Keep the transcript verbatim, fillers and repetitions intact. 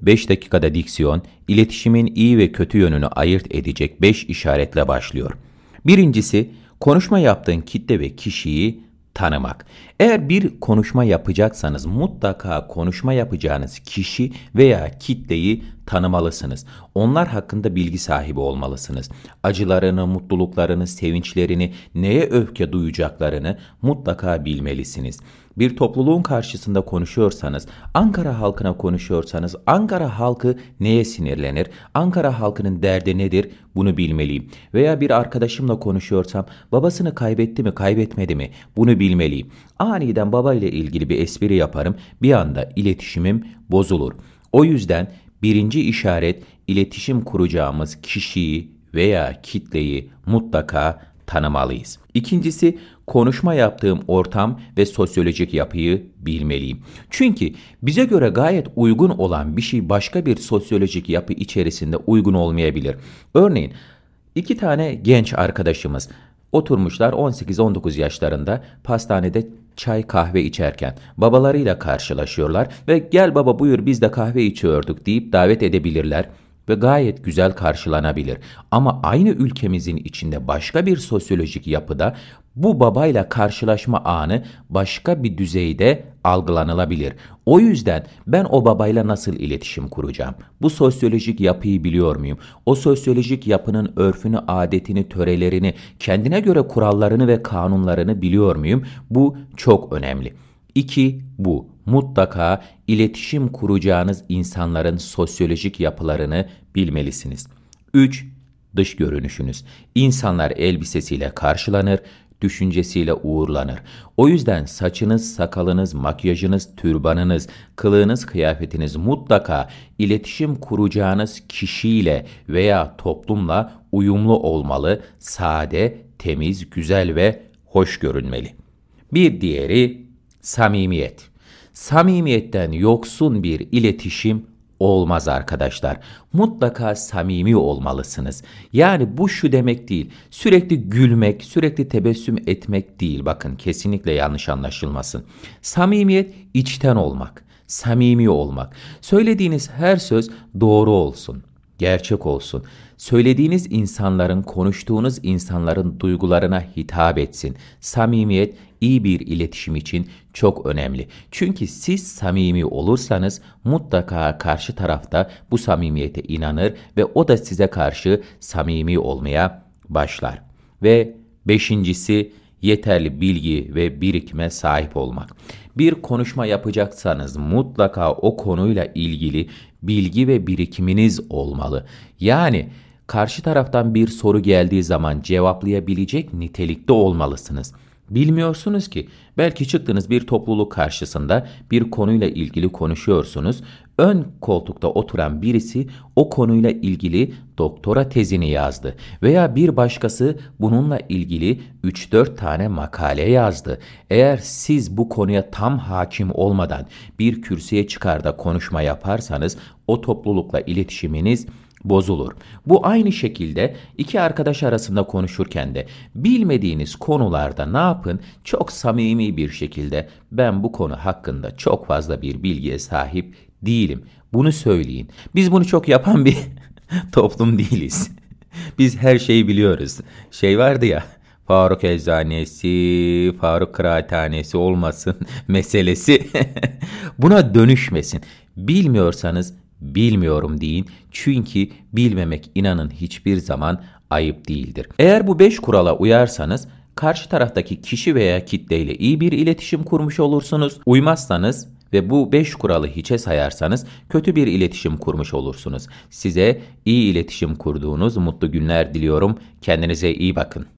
beş dakikada diksiyon, iletişimin iyi ve kötü yönünü ayırt edecek beş işaretle başlıyor. Birincisi, konuşma yaptığın kitle ve kişiyi tanımak. Eğer bir konuşma yapacaksanız mutlaka konuşma yapacağınız kişi veya kitleyi tanımalısınız. Onlar hakkında bilgi sahibi olmalısınız. Acılarını, mutluluklarını, sevinçlerini, neye öfke duyacaklarını mutlaka bilmelisiniz. Bir topluluğun karşısında konuşuyorsanız, Ankara halkına konuşuyorsanız, Ankara halkı neye sinirlenir? Ankara halkının derdi nedir? Bunu bilmeliyim. Veya bir arkadaşımla konuşuyorsam, babasını kaybetti mi, kaybetmedi mi? Bunu bilmeliyim. Aniden babayla ilgili bir espri yaparım, bir anda iletişimim bozulur. O yüzden birinci işaret, iletişim kuracağımız kişiyi veya kitleyi mutlaka tanımalıyız. İkincisi, konuşma yaptığım ortam ve sosyolojik yapıyı bilmeliyim. Çünkü bize göre gayet uygun olan bir şey başka bir sosyolojik yapı içerisinde uygun olmayabilir. Örneğin iki tane genç arkadaşımız oturmuşlar on sekiz on dokuz yaşlarında pastanede çay kahve içerken babalarıyla karşılaşıyorlar ve gel baba buyur biz de kahve içiyorduk deyip davet edebilirler ve gayet güzel karşılanabilir. Ama aynı ülkemizin içinde başka bir sosyolojik yapıda bu babayla karşılaşma anı başka bir düzeyde algılanılabilir. O yüzden ben o babayla nasıl iletişim kuracağım? Bu sosyolojik yapıyı biliyor muyum? O sosyolojik yapının örfünü, adetini, törelerini, kendine göre kurallarını ve kanunlarını biliyor muyum? Bu çok önemli. İki, bu. Mutlaka iletişim kuracağınız insanların sosyolojik yapılarını bilmelisiniz. Üç, dış görünüşünüz. İnsanlar elbisesiyle karşılanır, düşüncesiyle uğurlanır. O yüzden saçınız, sakalınız, makyajınız, türbanınız, kılığınız, kıyafetiniz mutlaka iletişim kuracağınız kişiyle veya toplumla uyumlu olmalı, sade, temiz, güzel ve hoş görünmeli. Bir diğeri samimiyet. Samimiyetten yoksun bir iletişim olmaz arkadaşlar. Mutlaka samimi olmalısınız. Yani bu şu demek değil. Sürekli gülmek, sürekli tebessüm etmek değil. Bakın kesinlikle yanlış anlaşılmasın. Samimiyet içten olmak, samimi olmak. Söylediğiniz her söz doğru olsun, gerçek olsun. Söylediğiniz insanların, konuştuğunuz insanların duygularına hitap etsin. Samimiyet iyi bir iletişim için çok önemli. Çünkü siz samimi olursanız mutlaka karşı tarafta bu samimiyete inanır ve o da size karşı samimi olmaya başlar. Ve beşincisi, yeterli bilgi ve birikime sahip olmak. Bir konuşma yapacaksanız mutlaka o konuyla ilgili bilgi ve birikiminiz olmalı. Yani karşı taraftan bir soru geldiği zaman cevaplayabilecek nitelikte olmalısınız. Bilmiyorsunuz ki, belki çıktığınız bir topluluk karşısında bir konuyla ilgili konuşuyorsunuz. Ön koltukta oturan birisi o konuyla ilgili doktora tezini yazdı veya bir başkası bununla ilgili üç dört tane makale yazdı. Eğer siz bu konuya tam hakim olmadan bir kürsüye çıkar da konuşma yaparsanız o toplulukla iletişiminiz bozulur. Bu aynı şekilde iki arkadaş arasında konuşurken de bilmediğiniz konularda ne yapın? Çok samimi bir şekilde ben bu konu hakkında çok fazla bir bilgiye sahip değilim. Bunu söyleyin. Biz bunu çok yapan bir toplum değiliz. Biz her şeyi biliyoruz. Şey vardı ya, Faruk Eczanesi, Faruk Kıraathanesi olmasın meselesi. Buna dönüşmesin. Bilmiyorsanız bilmiyorum deyin. Çünkü bilmemek inanın hiçbir zaman ayıp değildir. Eğer bu beş kurala uyarsanız karşı taraftaki kişi veya kitleyle iyi bir iletişim kurmuş olursunuz. Uymazsanız ve bu beş kuralı hiçe sayarsanız kötü bir iletişim kurmuş olursunuz. Size iyi iletişim kurduğunuz mutlu günler diliyorum. Kendinize iyi bakın.